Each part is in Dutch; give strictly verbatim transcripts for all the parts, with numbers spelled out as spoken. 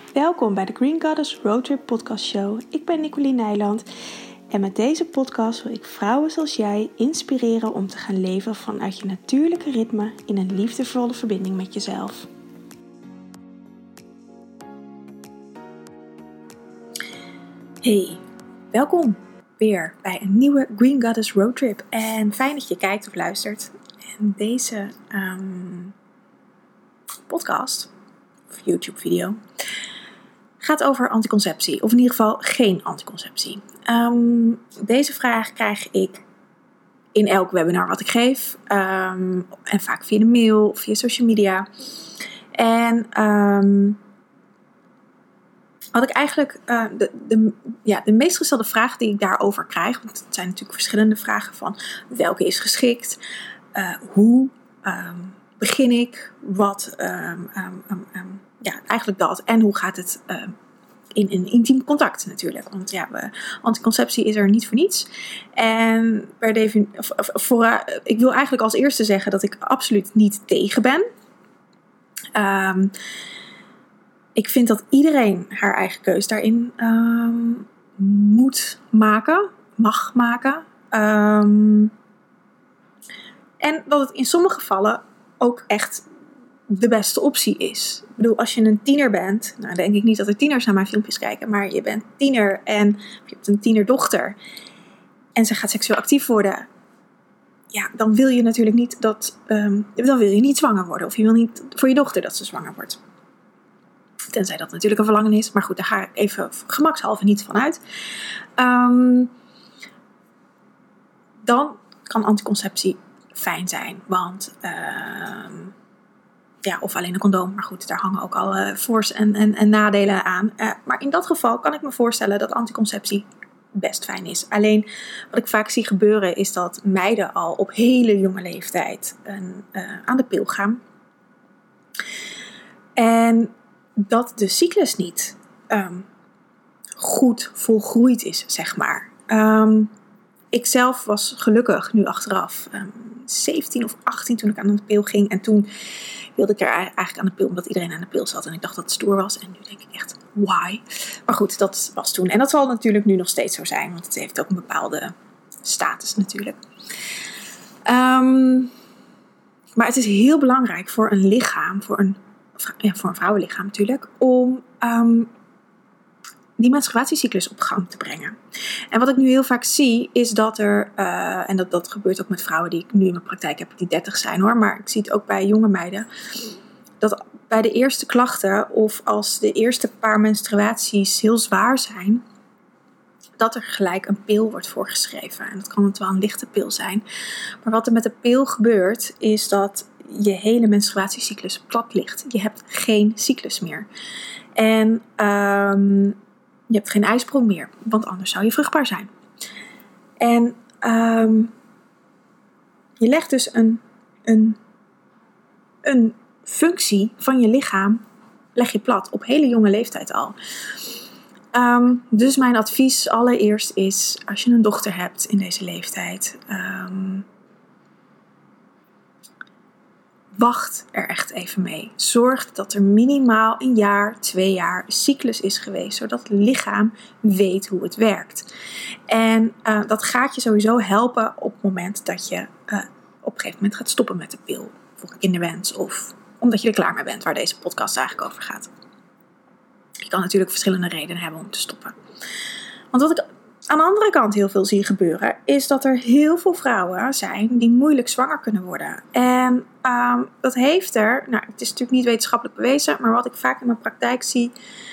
Welkom bij de Green Goddess Roadtrip podcast show. Ik ben Nicoline Nijland en met deze podcast wil ik vrouwen zoals jij inspireren om te gaan leven vanuit je natuurlijke ritme in een liefdevolle verbinding met jezelf. Hey, welkom weer bij een nieuwe Green Goddess Roadtrip en fijn dat je kijkt of luistert. En deze um, podcast of YouTube video gaat over anticonceptie, of in ieder geval geen anticonceptie. Um, deze vraag krijg ik in elk webinar wat ik geef. Um, en vaak via de mail of via social media. En um, wat ik eigenlijk, uh, de, de, ja, de meest gestelde vraag die ik daarover krijg, want het zijn natuurlijk verschillende vragen van welke is geschikt, uh, hoe um, begin ik, wat, um, um, um, um, ja, eigenlijk dat. En hoe gaat het uh, in een intiem contact natuurlijk. Want ja, we, anticonceptie is er niet voor niets. En per definitie, voor, uh, ik wil eigenlijk als eerste zeggen dat ik absoluut niet tegen ben. Um, ik vind dat iedereen haar eigen keus daarin um, moet maken, mag maken. Um, en dat het in sommige gevallen ook echt de beste optie is. Ik bedoel, als je een tiener bent, nou denk ik niet dat er tieners naar mijn filmpjes kijken, maar je bent tiener en je hebt een tienerdochter en ze gaat seksueel actief worden, ja, dan wil je natuurlijk niet dat, um, dan wil je niet zwanger worden, of je wil niet voor je dochter dat ze zwanger wordt. Tenzij dat natuurlijk een verlangen is, maar goed, daar ga ik even gemakshalve niet van uit. Um, dan kan anticonceptie fijn zijn, want um, ja, of alleen een condoom, maar goed, daar hangen ook al uh, voors en, en, en nadelen aan. Uh, maar in dat geval kan ik me voorstellen dat anticonceptie best fijn is. Alleen wat ik vaak zie gebeuren is dat meiden al op hele jonge leeftijd een, uh, aan de pil gaan. En dat de cyclus niet um, goed volgroeid is, zeg maar. Um, ik zelf was gelukkig nu achteraf um, zeventien of achttien toen ik aan de pil ging. En toen wilde ik er eigenlijk aan de pil omdat iedereen aan de pil zat. En ik dacht dat het stoer was. En nu denk ik echt, why? Maar goed, dat was toen. En dat zal natuurlijk nu nog steeds zo zijn. Want het heeft ook een bepaalde status natuurlijk. Um, maar het is heel belangrijk voor een lichaam, voor een, ja, voor een vrouwenlichaam natuurlijk, om um, die menstruatiecyclus op gang te brengen. En wat ik nu heel vaak zie, is dat er, uh, en dat, dat gebeurt ook met vrouwen die ik nu in mijn praktijk heb, die dertig zijn hoor, maar ik zie het ook bij jonge meiden, dat bij de eerste klachten, of als de eerste paar menstruaties heel zwaar zijn, dat er gelijk een pil wordt voorgeschreven. En dat kan het wel een lichte pil zijn. Maar wat er met de pil gebeurt, is dat je hele menstruatiecyclus plat ligt. Je hebt geen cyclus meer. En um, je hebt geen ijsprong meer, want anders zou je vruchtbaar zijn. En um, je legt dus een, een, een functie van je lichaam, leg je plat op hele jonge leeftijd al. Um, dus mijn advies allereerst is, als je een dochter hebt in deze leeftijd, um, wacht er echt even mee. Zorg dat er minimaal een jaar, twee jaar cyclus is geweest, zodat het lichaam weet hoe het werkt. En uh, dat gaat je sowieso helpen op het moment dat je uh, op een gegeven moment gaat stoppen met de pil voor een kinderwens, of omdat je er klaar mee bent, waar deze podcast eigenlijk over gaat. Je kan natuurlijk verschillende redenen hebben om te stoppen. Want wat ik aan de andere kant heel veel zie gebeuren, is dat er heel veel vrouwen zijn die moeilijk zwanger kunnen worden. En um, dat heeft er, nou het is natuurlijk niet wetenschappelijk bewezen, maar wat ik vaak in mijn praktijk zie,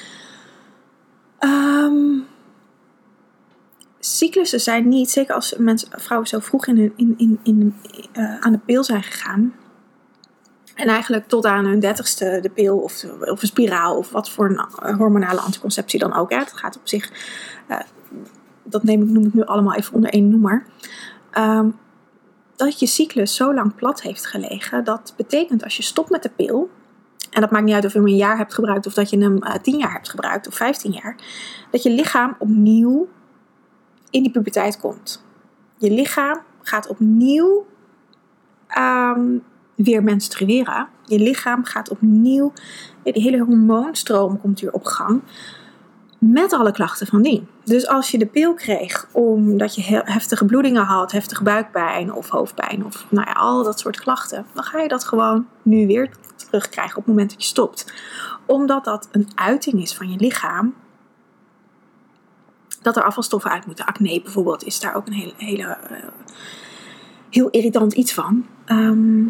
um, cyclussen zijn niet, zeker als mensen, vrouwen zo vroeg in, in, in, in, uh, aan de pil zijn gegaan, en eigenlijk tot aan hun dertigste de pil of, of een spiraal of wat voor een hormonale anticonceptie dan ook. Hè. Het gaat op zich, uh, dat neem ik, noem ik nu allemaal even onder één noemer. Um, dat je cyclus zo lang plat heeft gelegen. Dat betekent als je stopt met de pil. En dat maakt niet uit of je hem een jaar hebt gebruikt of dat je hem uh, tien jaar hebt gebruikt of vijftien jaar. Dat je lichaam opnieuw in die puberteit komt. Je lichaam gaat opnieuw um, weer menstrueren. Je lichaam gaat opnieuw, ja, die hele hormoonstroom komt weer op gang. Met alle klachten van dien. Dus als je de pil kreeg omdat je heftige bloedingen had, heftige buikpijn of hoofdpijn of nou ja, al dat soort klachten, dan ga je dat gewoon nu weer terugkrijgen op het moment dat je stopt. Omdat dat een uiting is van je lichaam. Dat er afvalstoffen uit moeten. Acne bijvoorbeeld is daar ook een hele, hele uh, heel irritant iets van. Um,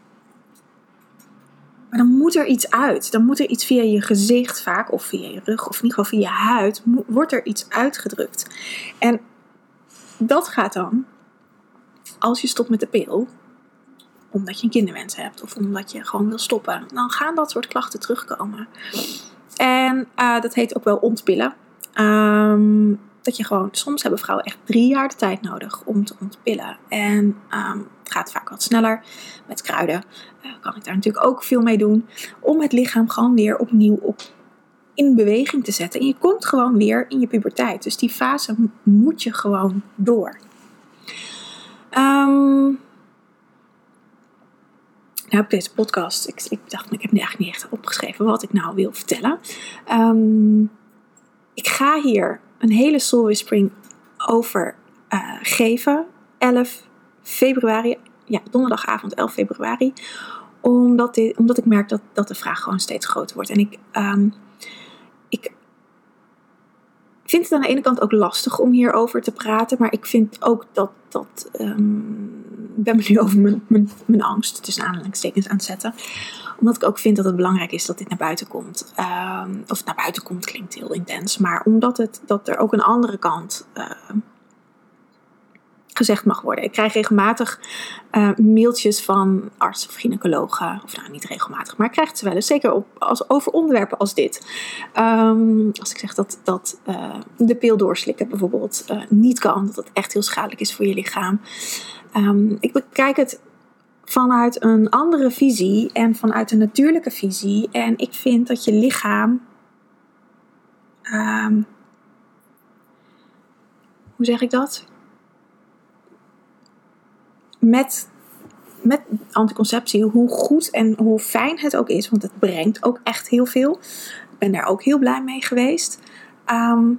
Maar dan moet er iets uit. Dan moet er iets via je gezicht vaak, of via je rug, of in ieder geval via je huid, mo- wordt er iets uitgedrukt. En dat gaat dan, als je stopt met de pil, omdat je een kinderwens hebt, of omdat je gewoon wil stoppen, dan gaan dat soort klachten terugkomen. En uh, dat heet ook wel ontpillen. Um, dat je gewoon, soms hebben vrouwen echt drie jaar de tijd nodig om te ontpillen. En um, het gaat vaak wat sneller. Met kruiden uh, kan ik daar natuurlijk ook veel mee doen. Om het lichaam gewoon weer opnieuw op in beweging te zetten. En je komt gewoon weer in je puberteit. Dus die fase moet je gewoon door. Um, nou heb ik deze podcast. Ik, ik dacht, ik heb eigenlijk niet echt opgeschreven wat ik nou wil vertellen. Um, ik ga hier een hele soul whispering over uh, geven. elf februari. Ja, donderdagavond elf februari. Omdat, dit, omdat ik merk dat, dat de vraag gewoon steeds groter wordt. En ik, um, ik vind het aan de ene kant ook lastig om hierover te praten. Maar ik vind ook dat... dat um, ik ben me nu over mijn, mijn, mijn angst tussen aanhalingstekens aan het zetten. Omdat ik ook vind dat het belangrijk is dat dit naar buiten komt. Um, of naar buiten komt klinkt heel intens. Maar omdat het, dat er ook een andere kant uh, gezegd mag worden. Ik krijg regelmatig uh, mailtjes van artsen of gynaecologen. Of nou, niet regelmatig, maar ik krijg het wel eens. Zeker op, als, over onderwerpen als dit. Um, als ik zeg dat, dat uh, de pil doorslikken bijvoorbeeld uh, niet kan. Dat het echt heel schadelijk is voor je lichaam. Um, ik bekijk het vanuit een andere visie en vanuit een natuurlijke visie. En ik vind dat je lichaam... Um, hoe zeg ik dat? Met, met anticonceptie, hoe goed en hoe fijn het ook is. Want het brengt ook echt heel veel. Ik ben daar ook heel blij mee geweest. Um,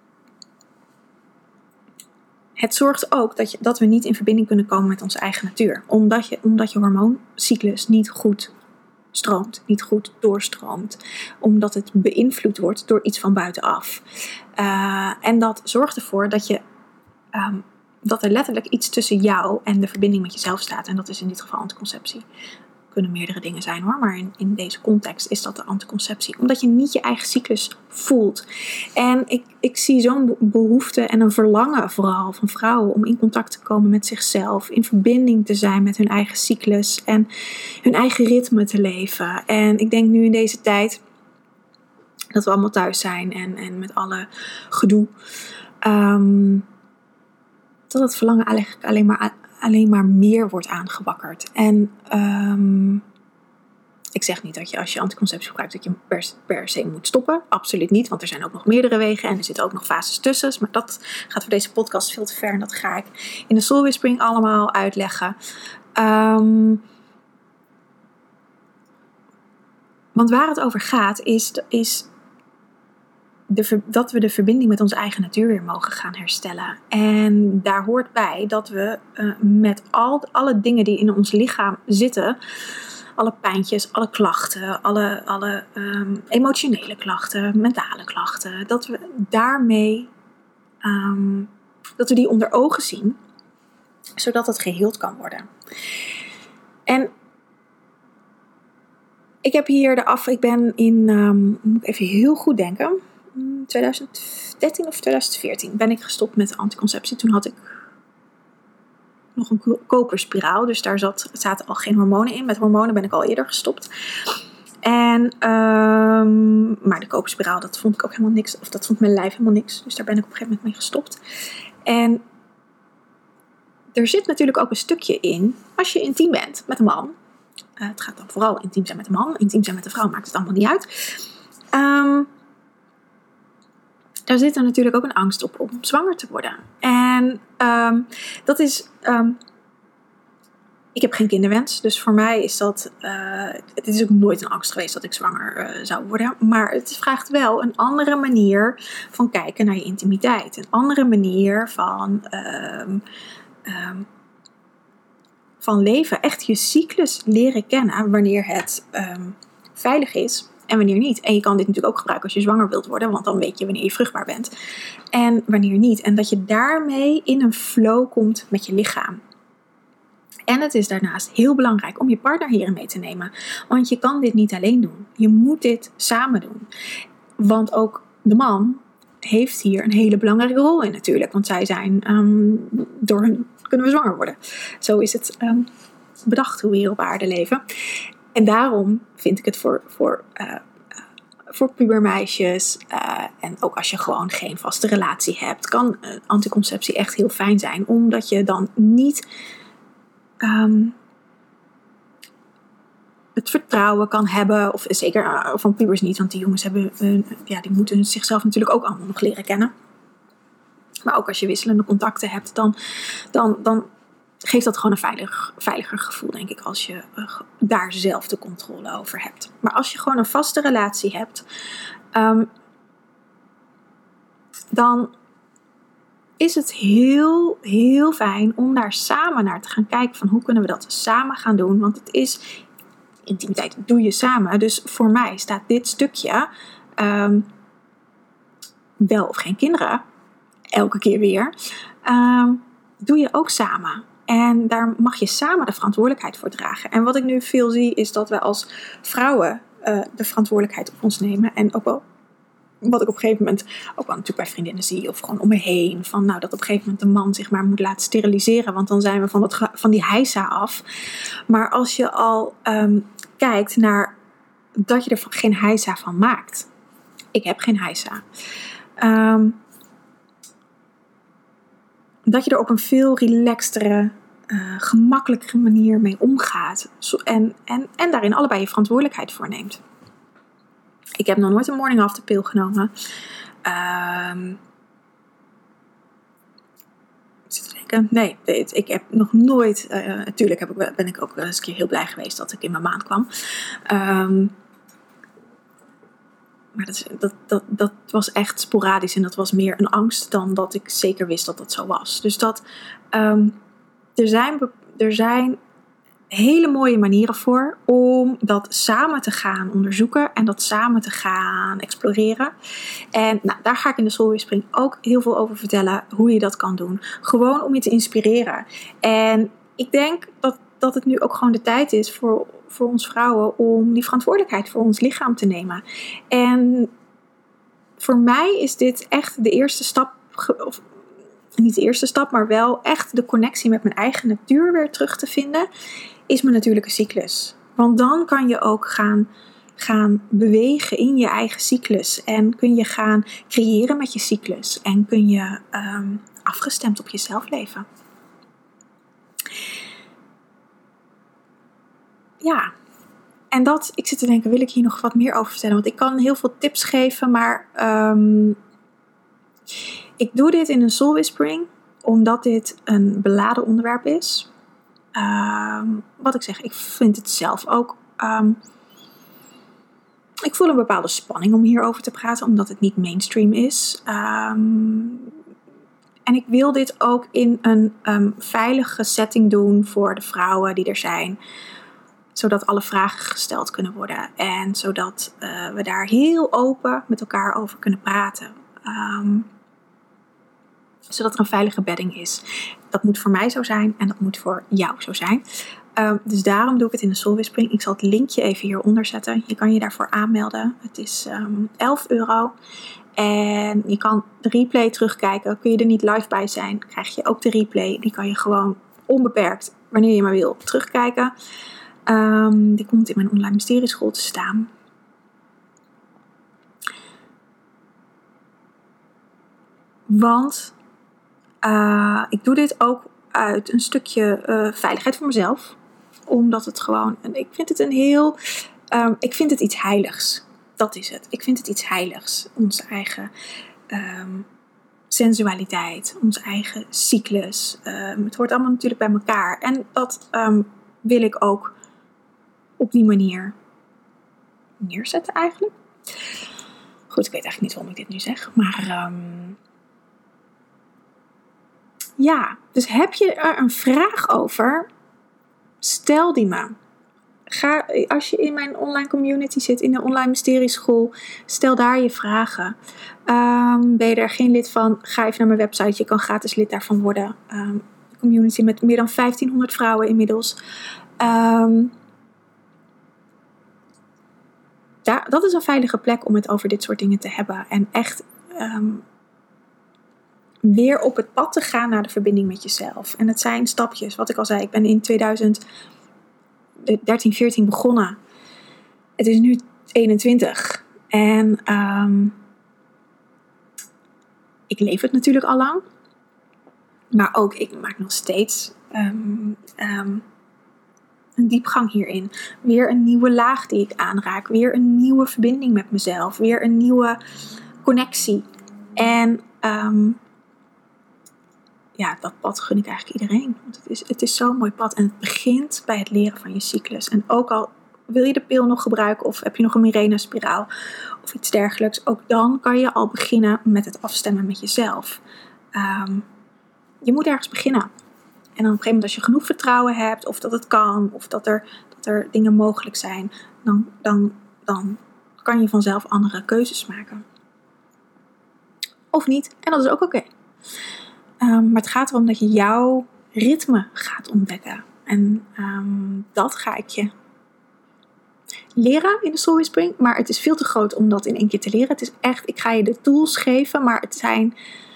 Het zorgt ook dat, je, dat we niet in verbinding kunnen komen met onze eigen natuur. Omdat je, omdat je hormooncyclus niet goed stroomt, niet goed doorstroomt. Omdat het beïnvloed wordt door iets van buitenaf. Uh, en dat zorgt ervoor dat, je, um, dat er letterlijk iets tussen jou en de verbinding met jezelf staat. En dat is in dit geval anticonceptie. Kunnen meerdere dingen zijn hoor, maar in, in deze context is dat de anticonceptie. Omdat je niet je eigen cyclus voelt. En ik, ik zie zo'n behoefte en een verlangen vooral van vrouwen om in contact te komen met zichzelf. In verbinding te zijn met hun eigen cyclus en hun eigen ritme te leven. En ik denk nu in deze tijd dat we allemaal thuis zijn en, en met alle gedoe. Um, dat het verlangen eigenlijk alleen maar... alleen maar meer wordt aangewakkerd. En um, ik zeg niet dat je als je anticonceptie gebruikt dat je per, per se moet stoppen. Absoluut niet, want er zijn ook nog meerdere wegen en er zitten ook nog fases tussen. Maar dat gaat voor deze podcast veel te ver en dat ga ik in de Soul Whispering allemaal uitleggen. Um, want waar het over gaat is... is De, dat we de verbinding met onze eigen natuur weer mogen gaan herstellen. En daar hoort bij dat we uh, met al, alle dingen die in ons lichaam zitten, alle pijntjes, alle klachten, alle, alle um, emotionele klachten, mentale klachten, dat we daarmee, um, dat we die onder ogen zien, zodat het geheeld kan worden. En ik heb hier de af, ik ben in, um, moet ik even heel goed denken, twintig dertien of twintig veertien ben ik gestopt met anticonceptie. Toen had ik nog een koperspiraal. Dus daar zat, zaten al geen hormonen in. Met hormonen ben ik al eerder gestopt. En, um, maar de koperspiraal, dat vond ik ook helemaal niks. Of dat vond mijn lijf helemaal niks. Dus daar ben ik op een gegeven moment mee gestopt. En er zit natuurlijk ook een stukje in. Als je intiem bent met een man. Uh, het gaat dan vooral intiem zijn met een man. Intiem zijn met een vrouw maakt het allemaal niet uit. Um, Daar zit er natuurlijk ook een angst op om zwanger te worden. En um, dat is... Um, Ik heb geen kinderwens, dus voor mij is dat... Uh, het is ook nooit een angst geweest dat ik zwanger uh, zou worden. Maar het vraagt wel een andere manier van kijken naar je intimiteit. Een andere manier van, um, um, van leven. Echt je cyclus leren kennen wanneer het um, veilig is en wanneer niet. En je kan dit natuurlijk ook gebruiken als je zwanger wilt worden, want dan weet je wanneer je vruchtbaar bent. En wanneer niet. En dat je daarmee in een flow komt met je lichaam. En het is daarnaast heel belangrijk om je partner hierin mee te nemen. Want je kan dit niet alleen doen. Je moet dit samen doen. Want ook de man heeft hier een hele belangrijke rol in natuurlijk. Want zij zijn, um, door hun kunnen we zwanger worden. Zo is het um, bedacht hoe we hier op aarde leven. En daarom vind ik het voor, voor, uh, voor pubermeisjes uh, en ook als je gewoon geen vaste relatie hebt, kan uh, anticonceptie echt heel fijn zijn. Omdat je dan niet... Um, het vertrouwen kan hebben, of zeker uh, van pubers niet, want die jongens hebben, uh, ja, die moeten zichzelf natuurlijk ook allemaal nog leren kennen. Maar ook als je wisselende contacten hebt, dan, dan, dan geeft dat gewoon een veilig, veiliger gevoel, denk ik, als je uh, daar zelf de controle over hebt. Maar als je gewoon een vaste relatie hebt, um, dan is het heel, heel fijn om daar samen naar te gaan kijken van hoe kunnen we dat samen gaan doen. Want het is, intimiteit doe je samen. Dus voor mij staat dit stukje, um, wel of geen kinderen, elke keer weer, um, doe je ook samen. En daar mag je samen de verantwoordelijkheid voor dragen. En wat ik nu veel zie is dat we als vrouwen uh, de verantwoordelijkheid op ons nemen. En ook wel, wat ik op een gegeven moment ook wel natuurlijk bij vriendinnen zie, of gewoon om me heen, van nou dat op een gegeven moment de man zich maar moet laten steriliseren, want dan zijn we van, het, van die heisa af. Maar als je al um, kijkt naar dat je er geen heisa van maakt. Ik heb geen heisa. Um, dat je er op een veel relaxtere, uh, gemakkelijkere manier mee omgaat. En, en, en daarin allebei je verantwoordelijkheid voor neemt. Ik heb nog nooit een morning after pill genomen. Um, ik zit te denken. Nee, ik heb nog nooit... Uh, natuurlijk heb ik, ben ik ook eens een keer heel blij geweest dat ik in mijn maand kwam. Um, maar dat, dat, dat, dat was echt sporadisch. En dat was meer een angst dan dat ik zeker wist dat dat zo was. Dus dat... Um, er zijn... Er zijn hele mooie manieren voor om dat samen te gaan onderzoeken en dat samen te gaan exploreren. En nou, daar ga ik in de Soul Whispering ook heel veel over vertellen, hoe je dat kan doen. Gewoon om je te inspireren. En ik denk dat, dat het nu ook gewoon de tijd is voor, voor ons vrouwen om die verantwoordelijkheid voor ons lichaam te nemen. En voor mij is dit echt de eerste stap, of niet de eerste stap, maar wel echt de connectie met mijn eigen natuur weer terug te vinden, is mijn natuurlijke cyclus. Want dan kan je ook gaan, gaan bewegen in je eigen cyclus. En kun je gaan creëren met je cyclus. En kun je um, afgestemd op jezelf leven. Ja. En dat, ik zit te denken, wil ik hier nog wat meer over vertellen? Want ik kan heel veel tips geven, maar um, ik doe dit in een Soul Whispering, omdat dit een beladen onderwerp is. Um, wat ik zeg, ik vind het zelf ook. Um, ik voel een bepaalde spanning om hierover te praten, omdat het niet mainstream is. Um, en ik wil dit ook in een um, veilige setting doen voor de vrouwen die er zijn. Zodat alle vragen gesteld kunnen worden. En zodat uh, we daar heel open met elkaar over kunnen praten. Um, zodat er een veilige bedding is. Dat moet voor mij zo zijn en dat moet voor jou zo zijn. Um, dus daarom doe ik het in de Soul Whispering. Ik zal het linkje even hieronder zetten. Je kan je daarvoor aanmelden. Het is um, elf euro. En je kan de replay terugkijken. Kun je er niet live bij zijn, krijg je ook de replay. Die kan je gewoon onbeperkt, wanneer je maar wil, terugkijken. Um, die komt in mijn online mysterieschool te staan. Want uh, ik doe dit ook uit een stukje uh, veiligheid voor mezelf. Omdat het gewoon, en ik vind het een heel, um, ik vind het iets heiligs. Dat is het. Ik vind het iets heiligs. Onze eigen um, sensualiteit, onze eigen cyclus. Um, het hoort allemaal natuurlijk bij elkaar. En dat um, wil ik ook op die manier neerzetten eigenlijk. Goed, ik weet eigenlijk niet waarom ik dit nu zeg. Maar um, ja, dus heb je er een vraag over? Stel die me. Ga, als je in mijn online community zit, in de online mysterieschool, stel daar je vragen. Um, ben je er geen lid van? Ga even naar mijn website. Je kan gratis lid daarvan worden. Um, community met meer dan vijftienhonderd vrouwen inmiddels. Um, daar, dat is een veilige plek om het over dit soort dingen te hebben. En echt um, weer op het pad te gaan naar de verbinding met jezelf. En het zijn stapjes. Wat ik al zei, ik ben in tweeduizend dertien, veertien begonnen. Het is nu eenentwintig. En um, ik leef het natuurlijk al lang. Maar ook, ik maak nog steeds um, um, een diepgang hierin. Weer een nieuwe laag die ik aanraak. Weer een nieuwe verbinding met mezelf. Weer een nieuwe connectie. En um, ja, dat pad gun ik eigenlijk iedereen. Want het is, het is zo'n mooi pad. En het begint bij het leren van je cyclus. En ook al wil je de pil nog gebruiken, of heb je nog een Mirena-spiraal of iets dergelijks, ook dan kan je al beginnen met het afstemmen met jezelf. Um, je moet ergens beginnen. En dan op een gegeven moment, als je genoeg vertrouwen hebt, of dat het kan, of dat er, dat er dingen mogelijk zijn, dan, dan, dan kan je vanzelf andere keuzes maken. Of niet. En dat is ook oké. Okay. Um, maar het gaat erom dat je jouw ritme gaat ontdekken. En um, dat ga ik je leren in de Soul Whispering. Maar het is veel te groot om dat in één keer te leren. Het is echt, ik ga je de tools geven, maar het zijn,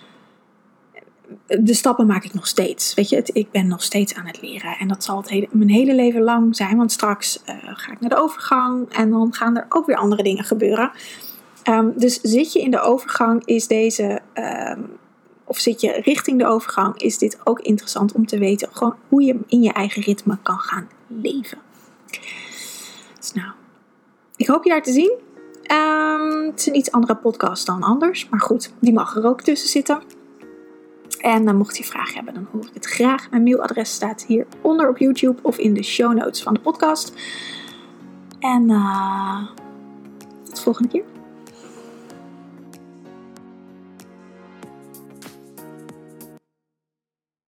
de stappen maak ik nog steeds. Weet je, het, ik ben nog steeds aan het leren. En dat zal het hele, mijn hele leven lang zijn. Want straks uh, ga ik naar de overgang. En dan gaan er ook weer andere dingen gebeuren. Um, dus zit je in de overgang, is deze... Um, of zit je richting de overgang, is dit ook interessant om te weten. Gewoon hoe je in je eigen ritme kan gaan leven. Dus nou, ik hoop je daar te zien. Um, het is een iets andere podcast dan anders. Maar goed, die mag er ook tussen zitten. En dan mocht je vragen hebben, dan hoor ik het graag. Mijn mailadres staat hieronder op YouTube of in de show notes van de podcast. En uh, tot de volgende keer.